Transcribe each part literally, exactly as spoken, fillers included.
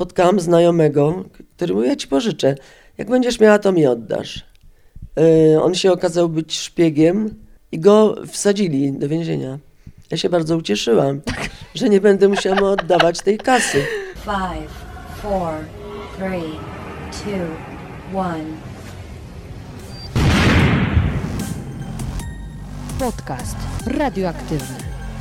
spotkałam znajomego, który mówi, ja ci pożyczę. Jak będziesz miała, to mi oddasz. Yy, on się okazał być szpiegiem i go wsadzili do więzienia. Ja się bardzo ucieszyłam, że nie będę musiała mu oddawać tej kasy. Five, four, three, two, one. Podcast radioaktywny.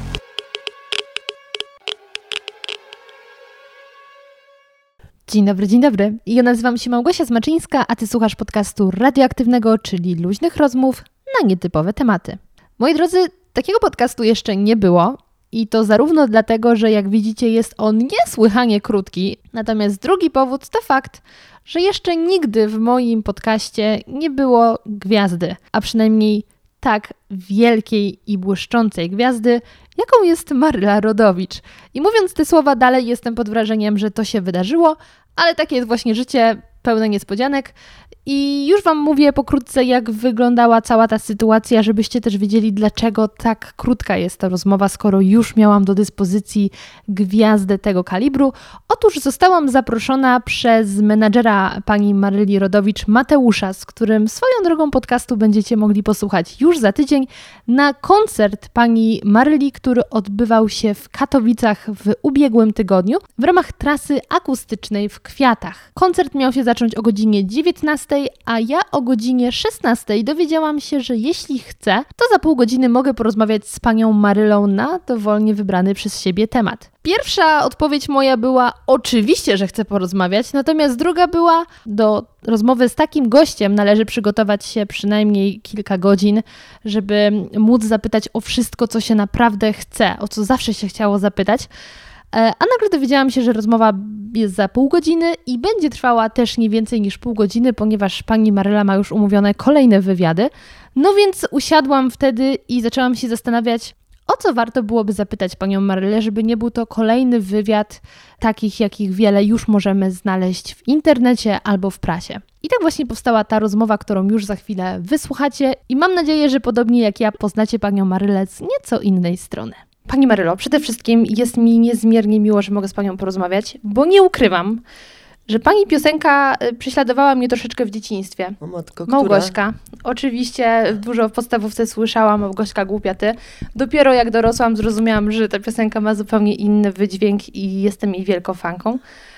Dzień dobry, dzień dobry. Ja nazywam się Małgosia Zmaczyńska, a ty słuchasz podcastu radioaktywnego, czyli luźnych rozmów na nietypowe tematy. Moi drodzy, takiego podcastu jeszcze nie było i to zarówno dlatego, że jak widzicie jest on niesłychanie krótki, natomiast drugi powód to fakt, że jeszcze nigdy w moim podcaście nie było gwiazdy, a przynajmniej tak wielkiej i błyszczącej gwiazdy, jaką jest Maryla Rodowicz. I mówiąc te słowa dalej jestem pod wrażeniem, że to się wydarzyło, ale takie jest właśnie życie, pełne niespodzianek. I już Wam mówię pokrótce, jak wyglądała cała ta sytuacja, żebyście też wiedzieli, dlaczego tak krótka jest ta rozmowa, skoro już miałam do dyspozycji gwiazdę tego kalibru. Otóż zostałam zaproszona przez menadżera pani Maryli Rodowicz, Mateusza, z którym swoją drogą podcastu będziecie mogli posłuchać już za tydzień, na koncert pani Maryli, który odbywał się w Katowicach w ubiegłym tygodniu w ramach trasy akustycznej w Kwiatach. Koncert miał się zacząć o godzinie dziewiętnastej, a ja o godzinie szesnastej dowiedziałam się, że jeśli chcę, to za pół godziny mogę porozmawiać z panią Marylą na dowolnie wybrany przez siebie temat. Pierwsza odpowiedź moja była oczywiście, że chcę porozmawiać, natomiast druga była, do rozmowy z takim gościem należy przygotować się przynajmniej kilka godzin, żeby móc zapytać o wszystko, co się naprawdę chce, o co zawsze się chciało zapytać. A nagle dowiedziałam się, że rozmowa jest za pół godziny i będzie trwała też nie więcej niż pół godziny, ponieważ pani Maryla ma już umówione kolejne wywiady. No więc usiadłam wtedy i zaczęłam się zastanawiać, o co warto byłoby zapytać panią Marylę, żeby nie był to kolejny wywiad takich, jakich wiele już możemy znaleźć w internecie albo w prasie. I tak właśnie powstała ta rozmowa, którą już za chwilę wysłuchacie i mam nadzieję, że podobnie jak ja poznacie panią Marylę z nieco innej strony. Pani Marylo, przede wszystkim jest mi niezmiernie miło, że mogę z panią porozmawiać, bo nie ukrywam, że pani piosenka prześladowała mnie troszeczkę w dzieciństwie. O matko, która? Małgośka. Oczywiście dużo w podstawówce słyszałam, Małgośka głupia ty. Dopiero jak dorosłam, zrozumiałam, że ta piosenka ma zupełnie inny wydźwięk i jestem jej wielką fanką.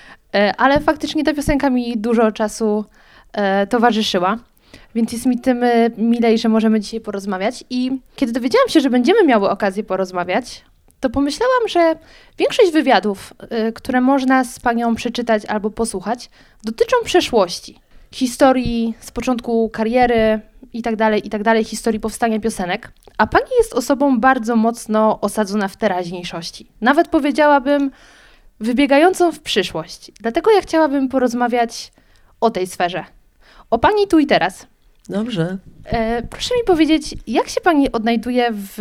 Ale faktycznie ta piosenka mi dużo czasu towarzyszyła. Więc jest mi tym milej, że możemy dzisiaj porozmawiać. I kiedy dowiedziałam się, że będziemy miały okazję porozmawiać, to pomyślałam, że większość wywiadów, y, które można z panią przeczytać albo posłuchać, dotyczą przeszłości. Historii z początku kariery i tak dalej, i tak dalej, historii powstania piosenek. A pani jest osobą bardzo mocno osadzona w teraźniejszości. Nawet powiedziałabym wybiegającą w przyszłość. Dlatego ja chciałabym porozmawiać o tej sferze. O pani tu i teraz. Dobrze. E, proszę mi powiedzieć, jak się pani odnajduje w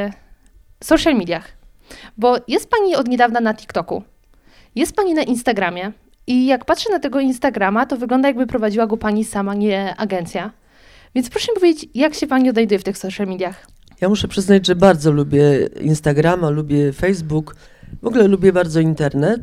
social mediach? Bo jest pani od niedawna na TikToku, jest pani na Instagramie i jak patrzę na tego Instagrama, to wygląda jakby prowadziła go pani sama, nie agencja. Więc proszę mi powiedzieć, jak się pani odnajduje w tych social mediach? Ja muszę przyznać, że bardzo lubię Instagrama, lubię Facebook, w ogóle lubię bardzo internet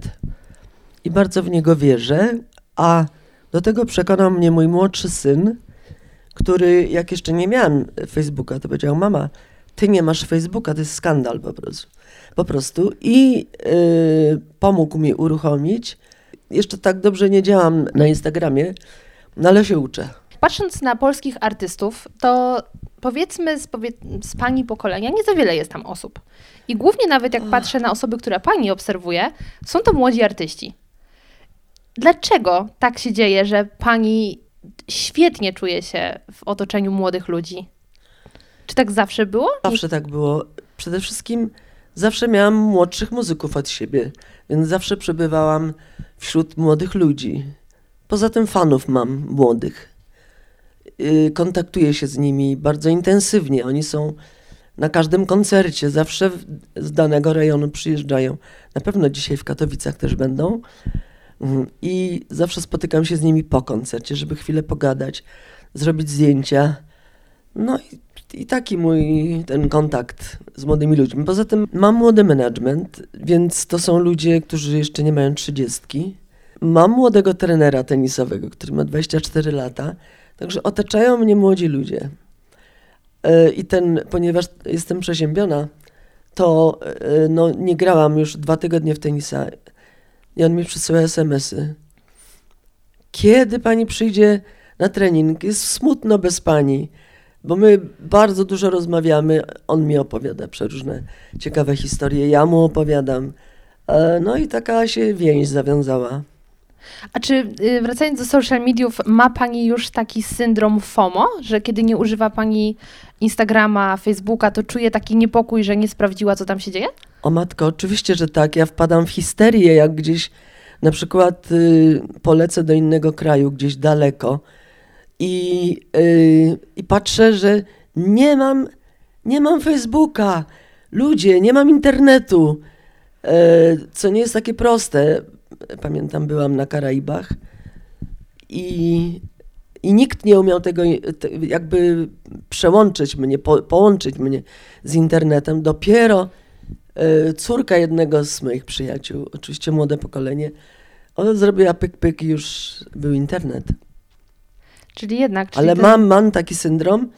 i bardzo w niego wierzę, a do tego przekonał mnie mój młodszy syn, który jak jeszcze nie miałem Facebooka, to powiedział, mama, ty nie masz Facebooka, to jest skandal po prostu. Po prostu. I yy, pomógł mi uruchomić. Jeszcze tak dobrze nie działam na Instagramie, no ale się uczę. Patrząc na polskich artystów, to powiedzmy z, powie- z pani pokolenia nie za wiele jest tam osób. I głównie nawet jak patrzę na osoby, które pani obserwuje, są to młodzi artyści. Dlaczego tak się dzieje, że pani świetnie czuje się w otoczeniu młodych ludzi? Czy tak zawsze było? Zawsze tak było. Przede wszystkim zawsze miałam młodszych muzyków od siebie, więc zawsze przebywałam wśród młodych ludzi. Poza tym fanów mam młodych. Yy, kontaktuję się z nimi bardzo intensywnie. Oni są na każdym koncercie, zawsze w, z danego rejonu przyjeżdżają. Na pewno dzisiaj w Katowicach też będą. I zawsze spotykam się z nimi po koncercie, żeby chwilę pogadać, zrobić zdjęcia. No i, i taki mój ten kontakt z młodymi ludźmi. Poza tym mam młody management, więc to są ludzie, którzy jeszcze nie mają trzydziestki. mam młodego trenera tenisowego, który ma dwadzieścia cztery lata, także otaczają mnie młodzi ludzie. I ten, ponieważ jestem przeziębiona, to no, nie grałam już dwa tygodnie w tenisa i on mi przysyła es em esy. Kiedy pani przyjdzie na trening? Jest smutno bez pani, bo my bardzo dużo rozmawiamy, on mi opowiada przeróżne ciekawe historie, ja mu opowiadam. No i taka się więź zawiązała. A czy wracając do social mediów, ma pani już taki syndrom FOMO, że kiedy nie używa pani Instagrama, Facebooka, to czuje taki niepokój, że nie sprawdziła, co tam się dzieje? O matko, oczywiście, że tak. Ja wpadam w histerię, jak gdzieś na przykład y, polecę do innego kraju, gdzieś daleko i, y, i patrzę, że nie mam, nie mam Facebooka. Ludzie, nie mam internetu, y, co nie jest takie proste. Pamiętam, byłam na Karaibach i, i nikt nie umiał tego te, jakby przełączyć mnie, po, połączyć mnie z internetem. Dopiero y, córka jednego z moich przyjaciół, oczywiście młode pokolenie, ona zrobiła pyk, pyk i już był internet. Czyli jednak... Czyli Ale ten... mam, mam taki syndrom.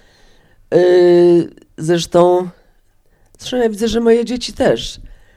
Y, zresztą, zresztą ja widzę, że moje dzieci też.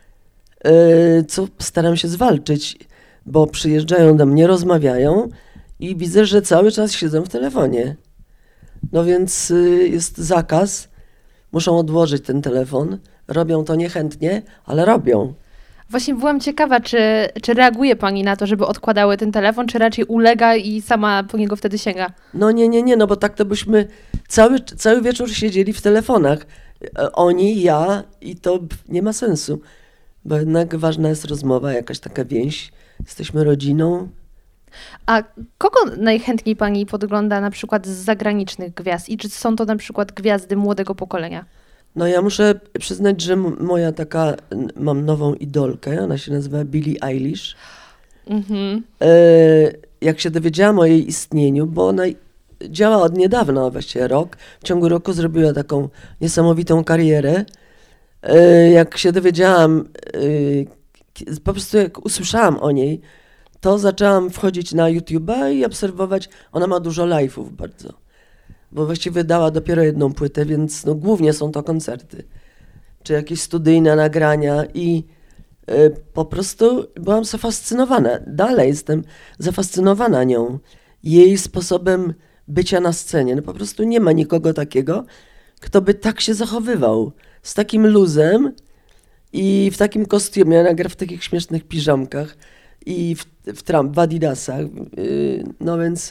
Co staram się zwalczyć, bo przyjeżdżają do mnie, rozmawiają i widzę, że cały czas siedzą w telefonie. No więc jest zakaz, muszą odłożyć ten telefon, robią to niechętnie, ale robią. Właśnie byłam ciekawa, czy, czy reaguje pani na to, żeby odkładały ten telefon, czy raczej ulega i sama po niego wtedy sięga? No nie, nie, nie, no bo tak to byśmy cały, cały wieczór siedzieli w telefonach. Oni, ja i to nie ma sensu. Bo jednak ważna jest rozmowa, jakaś taka więź. Jesteśmy rodziną. A kogo najchętniej pani podgląda na przykład z zagranicznych gwiazd? I czy są to na przykład gwiazdy młodego pokolenia? No ja muszę przyznać, że m- moja taka, mam nową idolkę, ona się nazywa Billie Eilish. Mhm. E, jak się dowiedziałam o jej istnieniu, bo ona działa od niedawna, właściwie rok. W ciągu roku zrobiła taką niesamowitą karierę. Jak się dowiedziałam, po prostu jak usłyszałam o niej, to zaczęłam wchodzić na YouTube'a i obserwować. Ona ma dużo live'ów bardzo, bo właściwie dała dopiero jedną płytę, więc no, głównie są to koncerty, czy jakieś studyjne nagrania i y, po prostu byłam zafascynowana. Dalej jestem zafascynowana nią, jej sposobem bycia na scenie. No po prostu nie ma nikogo takiego, kto by tak się zachowywał. Z takim luzem i w takim kostiumie, ona gra w takich śmiesznych piżamkach i w, w, Trump, w adidasach, yy, no więc,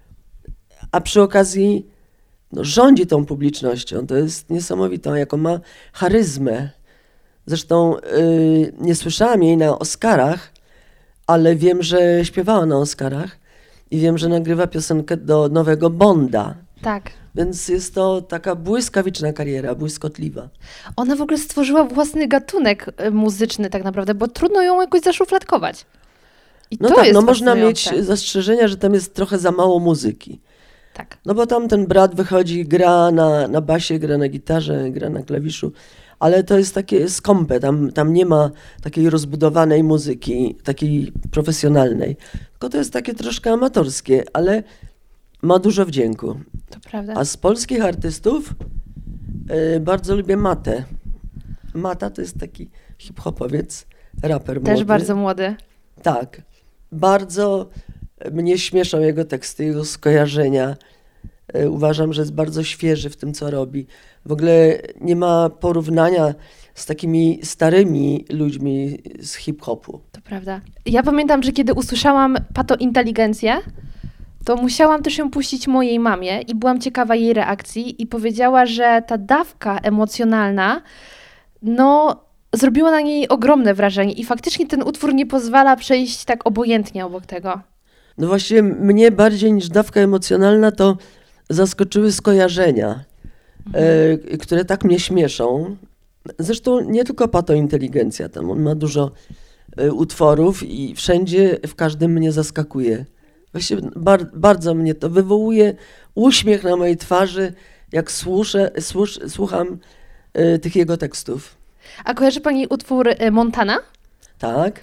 a przy okazji no, rządzi tą publicznością, to jest niesamowitą, jaką ma charyzmę. Zresztą yy, nie słyszałam jej na Oscarach, ale wiem, że śpiewała na Oscarach i wiem, że nagrywa piosenkę do nowego Bonda. Tak. Więc jest to taka błyskawiczna kariera, błyskotliwa. Ona w ogóle stworzyła własny gatunek muzyczny tak naprawdę, bo trudno ją jakoś zaszufladkować. I no to tak, jest no można fascynujące. mieć zastrzeżenia, że tam jest trochę za mało muzyki. Tak. No bo tam ten brat wychodzi, gra na, na basie, gra na gitarze, gra na klawiszu, ale to jest takie skąpe, tam, tam nie ma takiej rozbudowanej muzyki, takiej profesjonalnej. Tylko to jest takie troszkę amatorskie, ale ma dużo wdzięku. To prawda. A z polskich artystów y, bardzo lubię Matę. Mata to jest taki hip-hopowiec, raper młody. Też bardzo młody. Tak. Bardzo mnie śmieszą jego teksty, jego skojarzenia. Y, uważam, że jest bardzo świeży w tym, co robi. W ogóle nie ma porównania z takimi starymi ludźmi z hip-hopu. To prawda. Ja pamiętam, że kiedy usłyszałam patointeligencję, to musiałam też ją puścić mojej mamie i byłam ciekawa jej reakcji i powiedziała, że ta dawka emocjonalna, no, zrobiła na niej ogromne wrażenie i faktycznie ten utwór nie pozwala przejść tak obojętnie obok tego. No właściwie mnie bardziej niż dawka emocjonalna to zaskoczyły skojarzenia, mhm. e, które tak mnie śmieszą. Zresztą nie tylko patointeligencja, tam on ma dużo e, utworów i wszędzie, w każdym mnie zaskakuje. Właściwie bar, bardzo mnie to wywołuje uśmiech na mojej twarzy, jak słuszę, słusz, słucham y, tych jego tekstów. A kojarzy pani utwór y, Montana? Tak.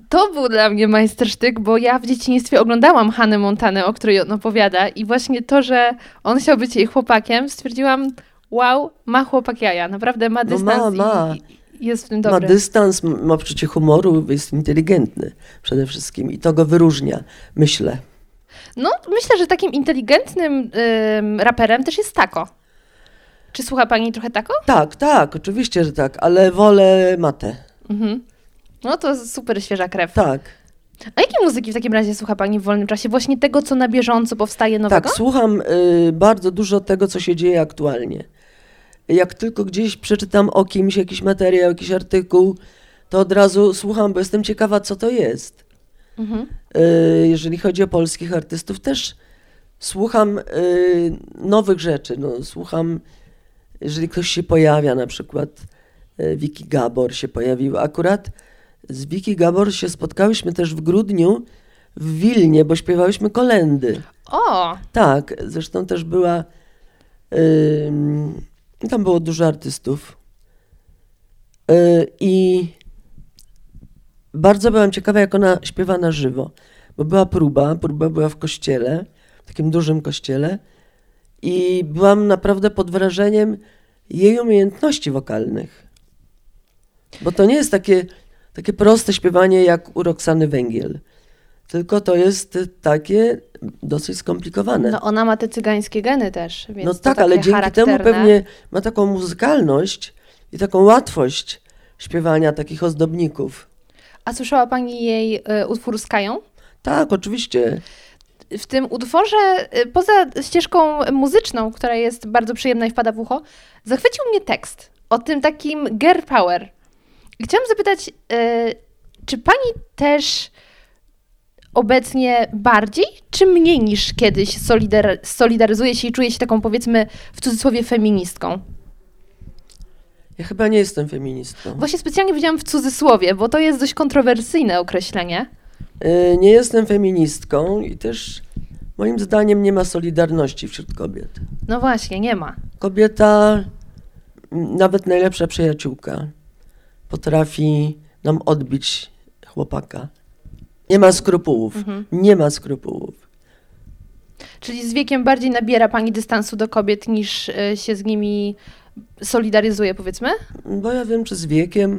To był dla mnie majstersztyk, bo ja w dzieciństwie oglądałam Hannę Montanę, o której on opowiada i właśnie to, że on chciał być jej chłopakiem, stwierdziłam, wow, ma chłopak jaja, naprawdę ma dystans no ma, ma. i jest w tym dobry. Ma dystans, ma poczucie humoru, jest inteligentny przede wszystkim i to go wyróżnia, myślę. No, myślę, że takim inteligentnym ym, raperem też jest Tako. Czy słucha pani trochę Tako? Tak, tak, oczywiście, że tak, ale wolę Matę. Mhm. No to super świeża krew. Tak. A jakiej muzyki w takim razie słucha pani w wolnym czasie? Właśnie tego, co na bieżąco powstaje nowego? Tak, słucham y, bardzo dużo tego, co się dzieje aktualnie. Jak tylko gdzieś przeczytam o kimś jakiś materiał, jakiś artykuł, to od razu słucham, bo jestem ciekawa, co to jest. Mhm. Y, jeżeli chodzi o polskich artystów, też słucham y, nowych rzeczy. No, słucham, jeżeli ktoś się pojawia, na przykład y, Wiki Gabor się pojawił. Akurat z Wiki Gabor się spotkałyśmy też w grudniu w Wilnie, bo śpiewałyśmy kolędy. O! Tak, zresztą też była, yy, tam było dużo artystów yy, i bardzo byłam ciekawa, jak ona śpiewa na żywo, bo była próba, próba była w kościele, w takim dużym kościele i byłam naprawdę pod wrażeniem jej umiejętności wokalnych, bo to nie jest takie, takie proste śpiewanie jak u Roxany Węgiel. Tylko to jest takie dosyć skomplikowane. No ona ma te cygańskie geny też, więc No to tak, ale dzięki charakterne. temu pewnie ma taką muzykalność i taką łatwość śpiewania takich ozdobników. A słyszała pani jej y, utwór z Kają? Tak, oczywiście. W tym utworze, y, poza ścieżką muzyczną, która jest bardzo przyjemna i wpada w ucho, zachwycił mnie tekst o tym takim girl power. I chciałam zapytać, y, czy pani też obecnie bardziej, czy mniej niż kiedyś solidar- solidaryzuje się i czuje się taką, powiedzmy, w cudzysłowie feministką? Ja chyba nie jestem feministką. Właśnie specjalnie powiedziałam w cudzysłowie, bo to jest dość kontrowersyjne określenie. Yy, nie jestem feministką i też moim zdaniem nie ma solidarności wśród kobiet. No właśnie, nie ma. Kobieta, nawet najlepsza przyjaciółka, potrafi nam odbić chłopaka. Nie ma skrupułów. Mhm. Nie ma skrupułów. Czyli z wiekiem bardziej nabiera pani dystansu do kobiet, niż y, się z nimi solidaryzuje, powiedzmy? Bo ja wiem, czy z wiekiem...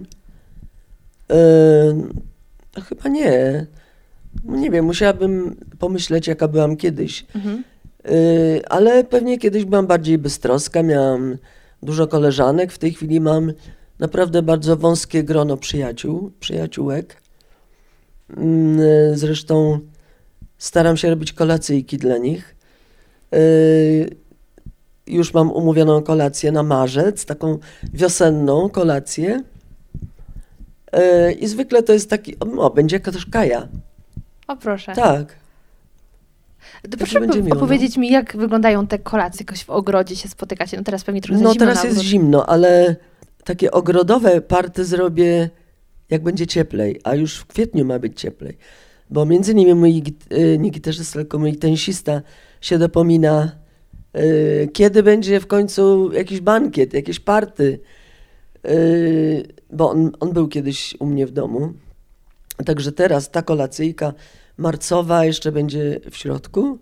Yy, chyba nie. Nie wiem, musiałabym pomyśleć, jaka byłam kiedyś. Mhm. Yy, ale pewnie kiedyś byłam bardziej beztroska, miałam dużo koleżanek. W tej chwili mam naprawdę bardzo wąskie grono przyjaciół, przyjaciółek. Yy, zresztą staram się robić kolacyjki dla nich. Yy, już mam umówioną kolację na marzec, taką wiosenną kolację. Yy, I zwykle to jest taki, o, będzie też Kaja. O proszę. Tak. To proszę będzie miło, opowiedzieć mi, jak wyglądają te kolacje, jakoś w ogrodzie się spotykacie. No teraz pewnie trochę No za zimno teraz na jest ogród. zimno, ale takie ogrodowe party zrobię, jak będzie cieplej, a już w kwietniu ma być cieplej. Bo między innymi mój y, nie gitarzysta, tylko mój tensista się dopomina, y, kiedy będzie w końcu jakiś bankiet, jakieś party. Y, bo on, on był kiedyś u mnie w domu. Także teraz ta kolacyjka marcowa jeszcze będzie w środku.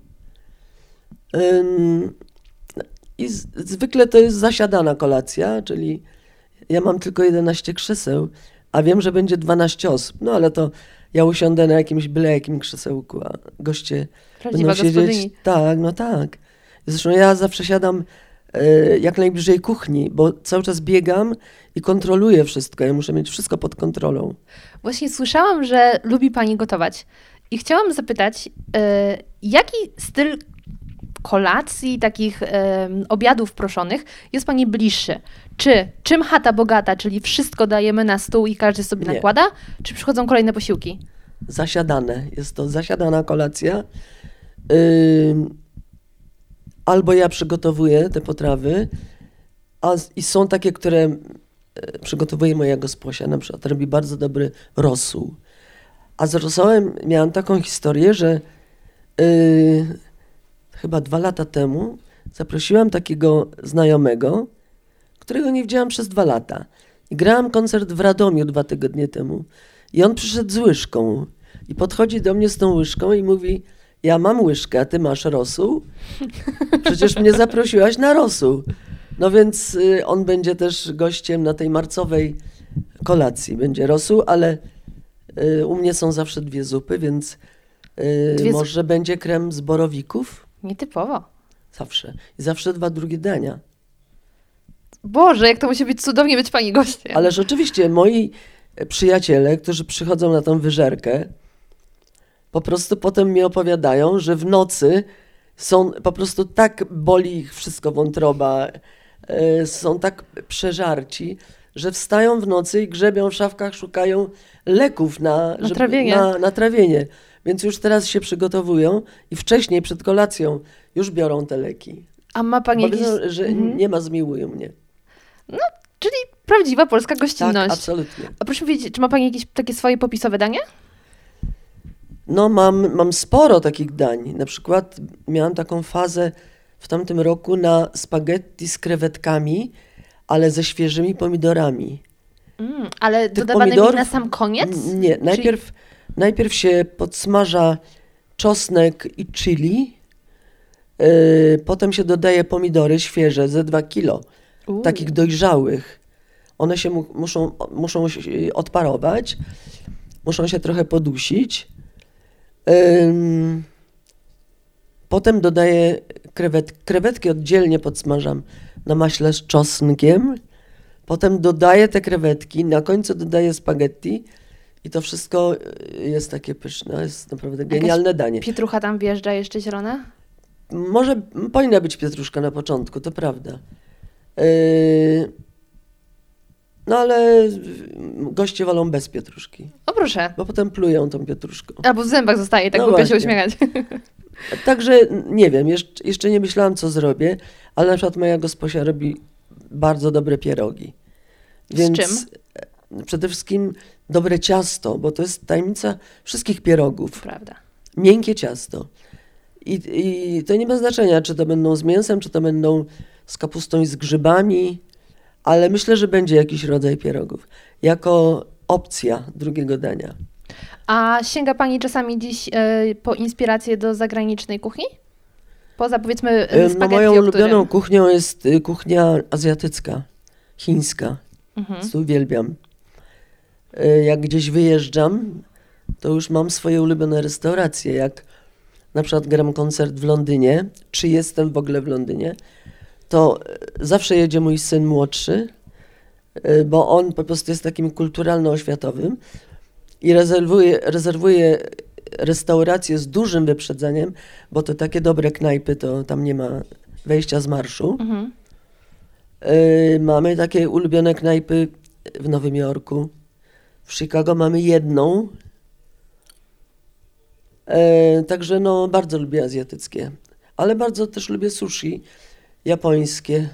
Ym, I z, zwykle to jest zasiadana kolacja, czyli ja mam tylko jedenaście krzeseł, a wiem, że będzie dwanaście osób. No ale to ja usiądę na jakimś byle jakim krzesełku, a goście Prawdziwa będą siedzieć. gospodyni. Tak, no tak. Zresztą ja zawsze siadam e, jak najbliżej kuchni, bo cały czas biegam i kontroluję wszystko. Ja muszę mieć wszystko pod kontrolą. Właśnie słyszałam, że lubi pani gotować. I chciałam zapytać, y, jaki styl kolacji, takich y, obiadów proszonych jest pani bliższy? Czy czym chata bogata, czyli wszystko dajemy na stół i każdy sobie Nie. nakłada? Czy przychodzą kolejne posiłki? Zasiadane. Jest to zasiadana kolacja. Yy, albo ja przygotowuję te potrawy, a, i są takie, które e, przygotowuje moja gosposia. Na przykład robi bardzo dobry rosół. A z rosołem miałam taką historię, że yy, chyba dwa lata temu zaprosiłam takiego znajomego, którego nie widziałam przez dwa lata. I grałam koncert w Radomiu dwa tygodnie temu. I on przyszedł z łyżką i podchodzi do mnie z tą łyżką i mówi, ja mam łyżkę, a ty masz rosół? Przecież mnie zaprosiłaś na rosół. No więc y, on będzie też gościem na tej marcowej kolacji. Będzie rosół, ale y, u mnie są zawsze dwie zupy, więc y, Dwie może zup- będzie krem z borowików? Nietypowo. Zawsze. I zawsze dwa drugie dania. Boże, jak to musi być cudownie być pani gościem. Ale rzeczywiście moi przyjaciele, którzy przychodzą na tą wyżerkę, po prostu potem mi opowiadają, że w nocy są po prostu tak boli ich wszystko, wątroba, y, są tak przeżarci, że wstają w nocy i grzebią w szafkach, szukają leków na, Na trawienie. na, na trawienie. Więc już teraz się przygotowują i wcześniej przed kolacją już biorą te leki. A ma pani Bo jakieś... wiedzą, że Mhm. nie ma zmiłują mnie. Czyli prawdziwa polska Tak, gościnność. absolutnie. A proszę powiedzieć, czy ma pani jakieś takie swoje popisowe danie? No mam, mam sporo takich dań. Na przykład miałam taką fazę w tamtym roku na spaghetti z krewetkami, ale ze świeżymi pomidorami. Mm, ale Tych dodawanymi pomidorów- na sam koniec? N- Nie, najpierw, najpierw się podsmaża czosnek i chili, yy, potem się dodaje pomidory świeże, ze dwa kilo, Uuu. takich dojrzałych. One się mu, muszą, muszą się odparować, muszą się trochę podusić. Ym, potem dodaję krewet, krewetki oddzielnie podsmażam na maśle z czosnkiem. Potem dodaję te krewetki, na końcu dodaję spaghetti i to wszystko jest takie pyszne. Jest naprawdę genialne danie. Pietrucha tam wjeżdża jeszcze zielona? Może powinna być pietruszka na początku, to prawda. Yy, no ale goście wolą bez pietruszki, O proszę. bo potem plują tą pietruszką. Albo w zębach zostaje, tak No głupio się właśnie. uśmiechać. Także nie wiem, jeszcze, jeszcze nie myślałam, co zrobię, ale na przykład moja gosposia robi bardzo dobre pierogi. Więc czym? Przede wszystkim dobre ciasto, bo to jest tajemnica wszystkich pierogów. Prawda. Miękkie ciasto. I, I to nie ma znaczenia, czy to będą z mięsem, czy to będą z kapustą i z grzybami, ale myślę, że będzie jakiś rodzaj pierogów. Jako opcja drugiego dania. A sięga pani czasami dziś e, po inspirację do zagranicznej kuchni? Poza powiedzmy e, No, spaghetti, moją o ulubioną którym... kuchnią jest y, kuchnia azjatycka, chińska. Mhm. To uwielbiam. Y, Jak gdzieś wyjeżdżam, to już mam swoje ulubione restauracje. Jak na przykład gram koncert w Londynie, czy jestem w ogóle w Londynie, to y, zawsze jedzie mój syn młodszy, y, bo on po prostu jest takim kulturalno-oświatowym i rezerwuje, rezerwuje restauracje z dużym wyprzedzeniem, bo to takie dobre knajpy, to tam nie ma wejścia z marszu. Mhm. Yy, mamy takie ulubione knajpy w Nowym Jorku. W Chicago mamy jedną. Yy, także no, bardzo lubię azjatyckie. Ale bardzo też lubię sushi japońskie.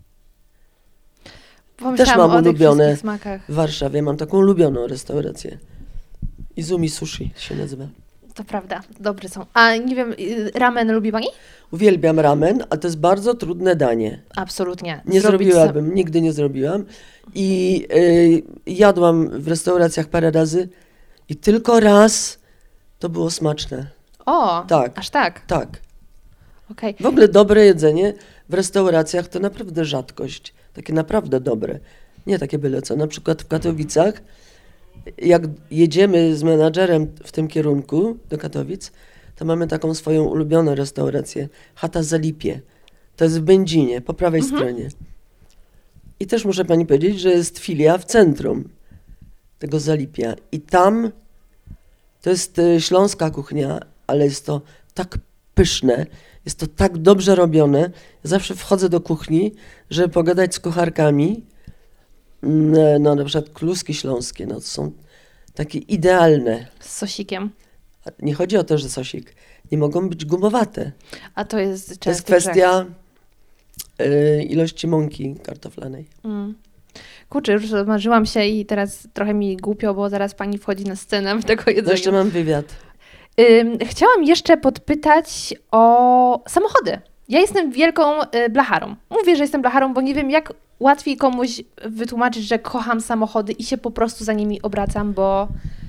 Pomyślałam mam o tych ulubione. wszystkich smakach. W Warszawie mam taką ulubioną restaurację. Izumi Sushi się nazywa. To prawda, dobre są. A nie wiem, y, ramen lubi pani? Uwielbiam ramen, a to jest bardzo trudne danie. Absolutnie. Nie Zrobić zrobiłabym, nigdy nie zrobiłam. I y, jadłam w restauracjach parę razy i tylko raz to było smaczne. Sam... O, Tak. aż tak. Tak. Okej. W ogóle dobre jedzenie w restauracjach to naprawdę rzadkość. Takie naprawdę dobre. Nie takie byle co. Na przykład w Katowicach, jak jedziemy z menadżerem w tym kierunku do Katowic, to mamy taką swoją ulubioną restaurację. Chata Zalipie. To jest w Będzinie, po prawej Mhm. stronie. I też muszę pani powiedzieć, że jest filia w centrum tego Zalipia. I tam to jest y, śląska kuchnia, ale jest to tak pyszne, jest to tak dobrze robione. Ja zawsze wchodzę do kuchni, żeby pogadać z kucharkami. Mm, No na przykład kluski śląskie, no to są takie idealne. Z sosikiem. A nie chodzi o to, że sosik. Nie mogą być gumowate. A to jest To jest częsty kwestia y, ilości mąki kartoflanej. grzech. Mm. Kurczę, już marzyłam się i teraz trochę mi głupio, bo zaraz pani wchodzi na scenę w tego No jedzenia. jeszcze mam wywiad. Ym, chciałam jeszcze podpytać o samochody. Ja jestem wielką y, blacharą. Mówię, że jestem blacharą, bo nie wiem, jak łatwiej komuś wytłumaczyć, że kocham samochody i się po prostu za nimi obracam, bo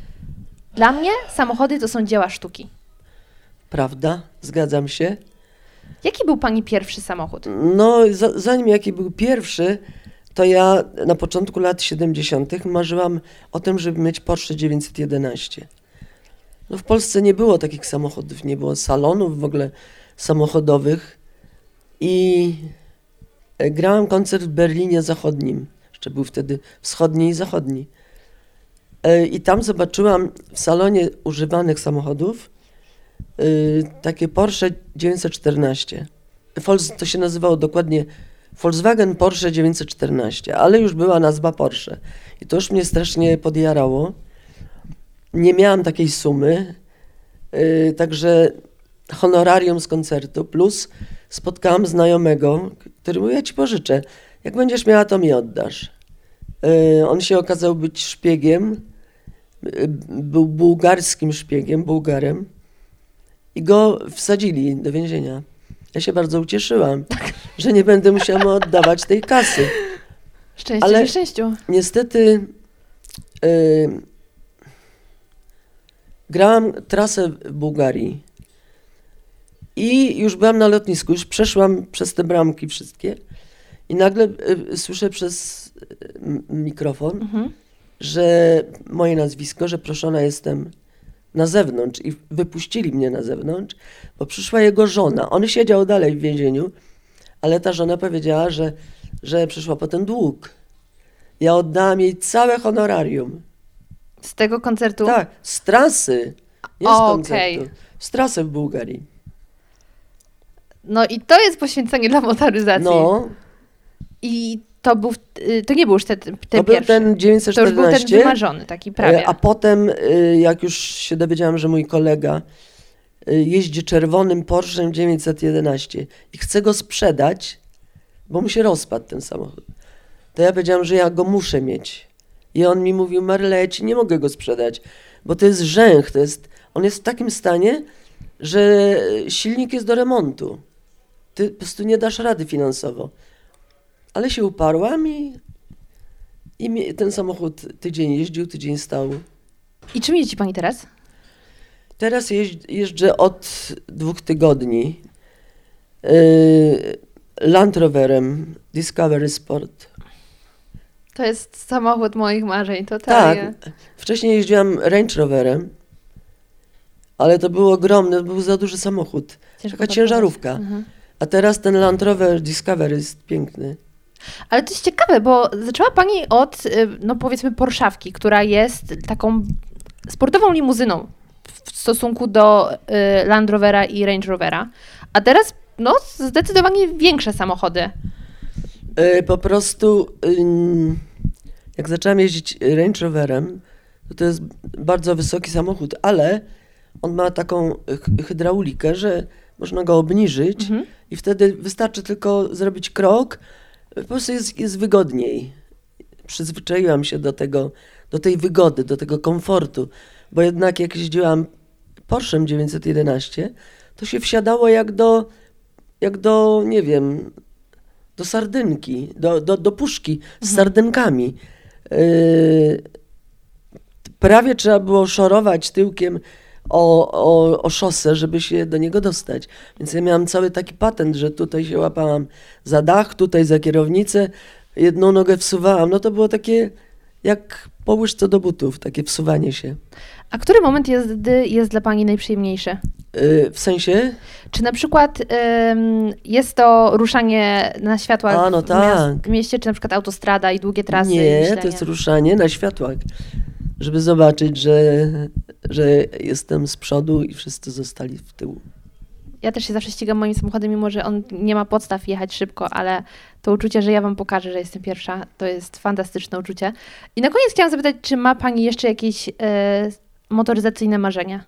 Dla mnie samochody to są dzieła sztuki. Prawda? Zgadzam się. Jaki był pani pierwszy samochód? No, za, zanim jaki był pierwszy, to ja na początku lat siedemdziesiątych marzyłam o tym, żeby mieć Porsche dziewięćset jedenaście. No w Polsce nie było takich samochodów, nie było salonów w ogóle samochodowych i grałam koncert w Berlinie Zachodnim. Jeszcze był wtedy wschodni i zachodni. I tam zobaczyłam w salonie używanych samochodów takie Porsche dziewięćset czternaście. To się nazywało dokładnie Volkswagen Porsche dziewięćset czternaście, ale już była nazwa Porsche. I to już mnie strasznie podjarało. Nie miałam takiej sumy, yy, także honorarium z koncertu, plus spotkałam znajomego, który mówił, ja ci pożyczę, jak będziesz miała, to mi oddasz. Yy, on się okazał być szpiegiem, yy, był bułgarskim szpiegiem, Bułgarem i go wsadzili do więzienia. Ja się bardzo ucieszyłam, że nie będę musiała mu oddawać tej kasy. Szczęście ale w szczęściu. Niestety yy, grałam trasę w Bułgarii i już byłam na lotnisku, już przeszłam przez te bramki wszystkie i nagle y, słyszę przez y, mikrofon, mhm. że moje nazwisko, że proszona jestem na zewnątrz i wypuścili mnie na zewnątrz, bo przyszła jego żona. On siedział dalej w więzieniu, ale ta żona powiedziała, że, że przyszła po ten dług. Ja oddałam jej całe honorarium. Z tego koncertu? Tak, z trasy. Nie z o, koncertu. Okay. Z trasy w Bułgarii. No i to jest poświęcenie dla motoryzacji. No. I to był, to nie był już ten, ten to pierwszy. To był ten dziewięćset czternaście. To już był ten wymarzony, taki prawie. A potem, jak już się dowiedziałam, że mój kolega jeździ czerwonym Porsche dziewięćset jedenaście i chce go sprzedać, bo mu się rozpadł ten samochód, to ja powiedziałam, że ja go muszę mieć. I on mi mówił, Maryla, ja ci nie mogę go sprzedać, bo to jest rzęch, to jest, on jest w takim stanie, że silnik jest do remontu. Ty po prostu nie dasz rady finansowo. Ale się uparłam i, i mi, ten samochód tydzień jeździł, tydzień stał. I czym jeździ pani teraz? Teraz jeźdź, jeżdżę od dwóch tygodni yy, Land Roverem Discovery Sport. To jest samochód moich marzeń, totalnie. Tak, wcześniej jeździłam Range Roverem, ale to był ogromny, to był za duży samochód. Ciężko taka ciężarówka. Mhm. A teraz ten Land Rover Discovery jest piękny. Ale to jest ciekawe, bo zaczęła pani od, no powiedzmy, Porszawki, która jest taką sportową limuzyną w stosunku do y, Land Rovera i Range Rovera. A teraz, no, zdecydowanie większe samochody. Yy, po prostu, yy, jak zaczęłam jeździć Range Roverem, to to jest bardzo wysoki samochód, ale on ma taką hydraulikę, że można go obniżyć mhm. i wtedy wystarczy tylko zrobić krok, po prostu jest, jest wygodniej. Przyzwyczaiłam się do tego, do tej wygody, do tego komfortu, bo jednak jak jeździłam Porsche dziewięćset jedenaście, to się wsiadało jak do, jak do, nie wiem, do sardynki, do, do, do puszki z mhm. sardynkami. Yy, prawie trzeba było szorować tyłkiem O, o, o szosę, żeby się do niego dostać. Więc ja miałam cały taki patent, że tutaj się łapałam za dach, tutaj za kierownicę, jedną nogę wsuwałam. No to było takie jak po łyżce do butów, takie wsuwanie się. A który moment jazdy jest dla pani najprzyjemniejszy? Yy, w sensie? Czy na przykład ym, jest to ruszanie na światłach A, no w, tak. miast, w mieście, czy na przykład autostrada i długie trasy? Nie, to jest ruszanie na światłach, żeby zobaczyć, że, że jestem z przodu i wszyscy zostali w tyłu. Ja też się zawsze ścigam moim samochodem, mimo że on nie ma podstaw jechać szybko, ale to uczucie, że ja wam pokażę, że jestem pierwsza, to jest fantastyczne uczucie. I na koniec chciałam zapytać, czy ma pani jeszcze jakieś e, motoryzacyjne marzenia?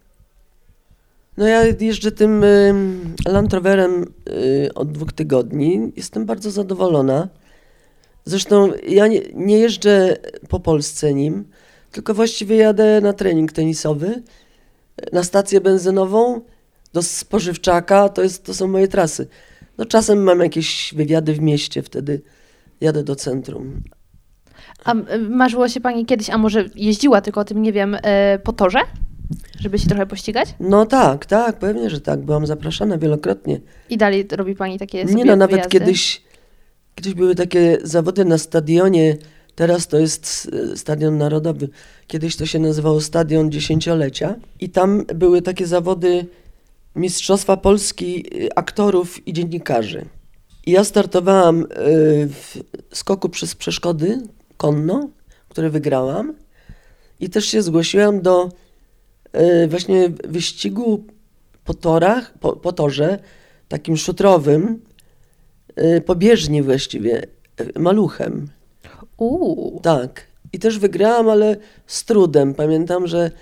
No ja jeżdżę tym y, Land Roverem y, od dwóch tygodni. Jestem bardzo zadowolona. Zresztą ja nie, nie jeżdżę po Polsce nim, tylko właściwie jadę na trening tenisowy, na stację benzynową, do spożywczaka, to, jest, to są moje trasy. No czasem mam jakieś wywiady w mieście, wtedy jadę do centrum. A marzyło się pani kiedyś, a może jeździła, tylko o tym nie wiem, po torze? Żeby się trochę pościgać? No tak, tak, pewnie, że tak. Byłam zapraszana wielokrotnie. I dalej robi pani takie sobie Nie no, nawet wyjazdy? kiedyś, kiedyś były takie zawody na stadionie, teraz to jest Stadion Narodowy, kiedyś to się nazywało Stadion Dziesięciolecia i tam były takie zawody Mistrzostwa Polski aktorów i dziennikarzy. I ja startowałam w skoku przez przeszkody konno, który wygrałam i też się zgłosiłam do właśnie wyścigu po torach, po, po torze, takim szutrowym, po bieżni właściwie, maluchem. Uuu. Tak. I też wygrałam, ale z trudem. Pamiętam, że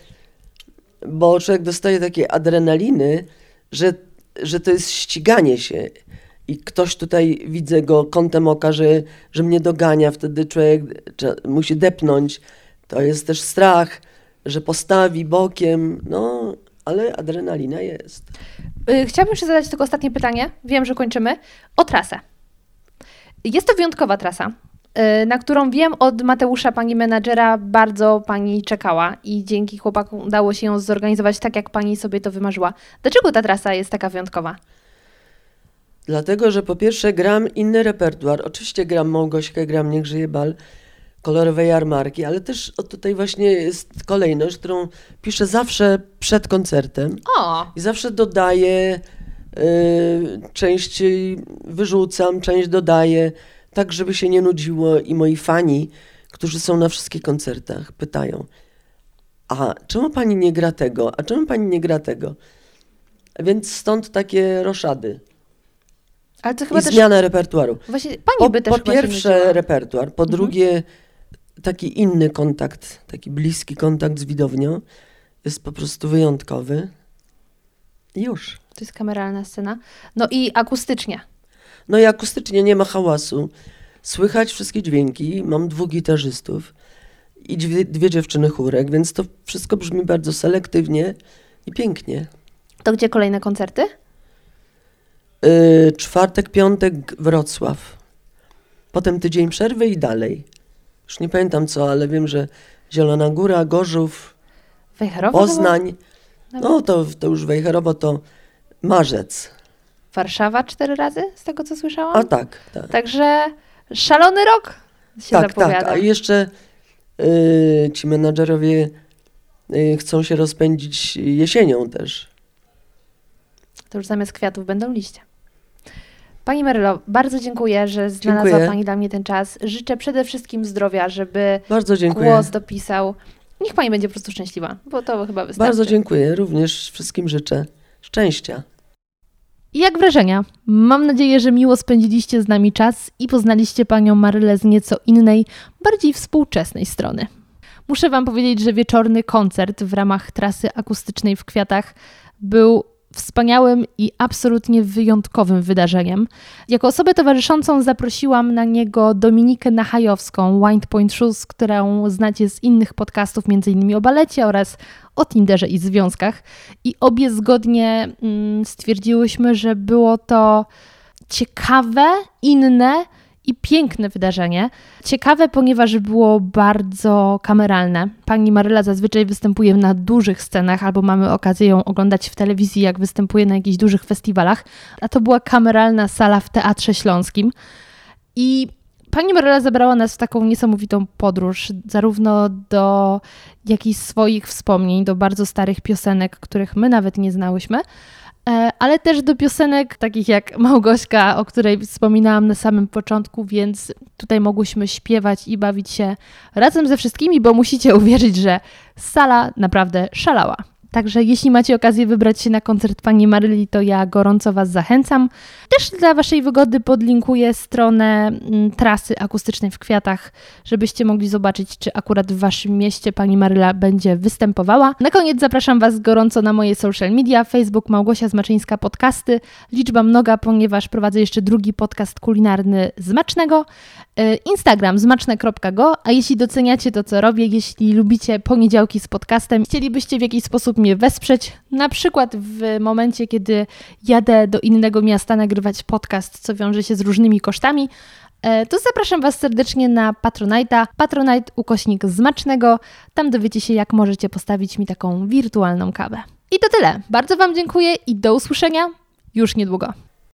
bo człowiek dostaje takiej adrenaliny, że, że to jest ściganie się. I ktoś tutaj, widzę go kątem oka, że, że mnie dogania, wtedy człowiek musi depnąć. To jest też strach, że postawi bokiem, no, ale adrenalina jest. Chciałabym jeszcze zadać tylko ostatnie pytanie, wiem, że kończymy, o trasę. Jest to wyjątkowa trasa, na którą wiem od Mateusza, pani menadżera, bardzo pani czekała i dzięki chłopakom udało się ją zorganizować tak, jak pani sobie to wymarzyła. Dlaczego ta trasa jest taka wyjątkowa? Dlatego, że po pierwsze gram inny repertuar. Oczywiście gram Małgośkę, gram Niech żyje bal, kolorowe jarmarki, ale też tutaj właśnie jest kolejność, którą piszę zawsze przed koncertem. O! I zawsze dodaję, yy, część wyrzucam, część dodaję, tak żeby się nie nudziło i moi fani, którzy są na wszystkich koncertach, pytają: a czemu pani nie gra tego, a czemu pani nie gra tego? Więc stąd takie roszady. Ale to chyba I też... zmiana repertuaru. Właśnie pani Po, by też po chyba się pierwsze nudziła. repertuar, po Mhm. drugie taki inny kontakt, taki bliski kontakt z widownią jest po prostu wyjątkowy. I już. To jest kameralna scena. No i akustycznie. No i akustycznie nie ma hałasu. Słychać wszystkie dźwięki. Mam dwóch gitarzystów i dwie, dwie dziewczyny chórek, więc to wszystko brzmi bardzo selektywnie i pięknie. To gdzie kolejne koncerty? Yy, czwartek, piątek Wrocław. Potem tydzień przerwy i dalej. Już nie pamiętam co, ale wiem, że Zielona Góra, Gorzów, Wejherowo? Poznań. Nawet? No to, to już Wejherowo to marzec. Warszawa cztery razy, z tego co słyszałam? A tak, tak. Także szalony rok się tak, zapowiada. tak. A jeszcze yy, ci menadżerowie yy, chcą się rozpędzić jesienią też. To już zamiast kwiatów będą liście. Pani Marylo, bardzo dziękuję, że znalazła Dziękuję. Pani dla mnie ten czas. Życzę przede wszystkim zdrowia, żeby Bardzo dziękuję. głos dopisał. Niech Pani będzie po prostu szczęśliwa, bo to chyba wystarczy. Bardzo dziękuję. Również wszystkim życzę szczęścia. I jak wrażenia? Mam nadzieję, że miło spędziliście z nami czas i poznaliście Panią Marylę z nieco innej, bardziej współczesnej strony. Muszę Wam powiedzieć, że wieczorny koncert w ramach trasy akustycznej w Kwiatach był wspaniałym i absolutnie wyjątkowym wydarzeniem. Jako osobę towarzyszącą zaprosiłam na niego Dominikę Nachajowską, Wind Point Shoes, którą znacie z innych podcastów, między innymi o balecie oraz o Tinderze i związkach. I obie zgodnie mm, stwierdziłyśmy, że było to ciekawe, inne i piękne wydarzenie. Ciekawe, ponieważ było bardzo kameralne. Pani Maryla zazwyczaj występuje na dużych scenach, albo mamy okazję ją oglądać w telewizji, jak występuje na jakichś dużych festiwalach, a to była kameralna sala w Teatrze Śląskim. I pani Maryla zabrała nas w taką niesamowitą podróż, zarówno do jakichś swoich wspomnień, do bardzo starych piosenek, których my nawet nie znałyśmy, ale też do piosenek takich jak Małgośka, o której wspominałam na samym początku, więc tutaj mogłyśmy śpiewać i bawić się razem ze wszystkimi, bo musicie uwierzyć, że sala naprawdę szalała. Także jeśli macie okazję wybrać się na koncert pani Maryli, to ja gorąco Was zachęcam. Też dla Waszej wygody podlinkuję stronę m, trasy akustycznej w Kwiatach, żebyście mogli zobaczyć, czy akurat w Waszym mieście pani Maryla będzie występowała. Na koniec zapraszam Was gorąco na moje social media, Facebook Małgosia Zmaczyńska Podcasty, liczba mnoga, ponieważ prowadzę jeszcze drugi podcast kulinarny Zmacznego, Instagram zmaczne kropka go, a jeśli doceniacie to, co robię, jeśli lubicie poniedziałki z podcastem, chcielibyście w jakiś sposób mnie wesprzeć, na przykład w momencie, kiedy jadę do innego miasta nagrywać podcast, co wiąże się z różnymi kosztami, to zapraszam Was serdecznie na Patronite'a, Patronite ukośnik Smacznego. Tam dowiecie się, jak możecie postawić mi taką wirtualną kawę. I to tyle. Bardzo Wam dziękuję i do usłyszenia już niedługo.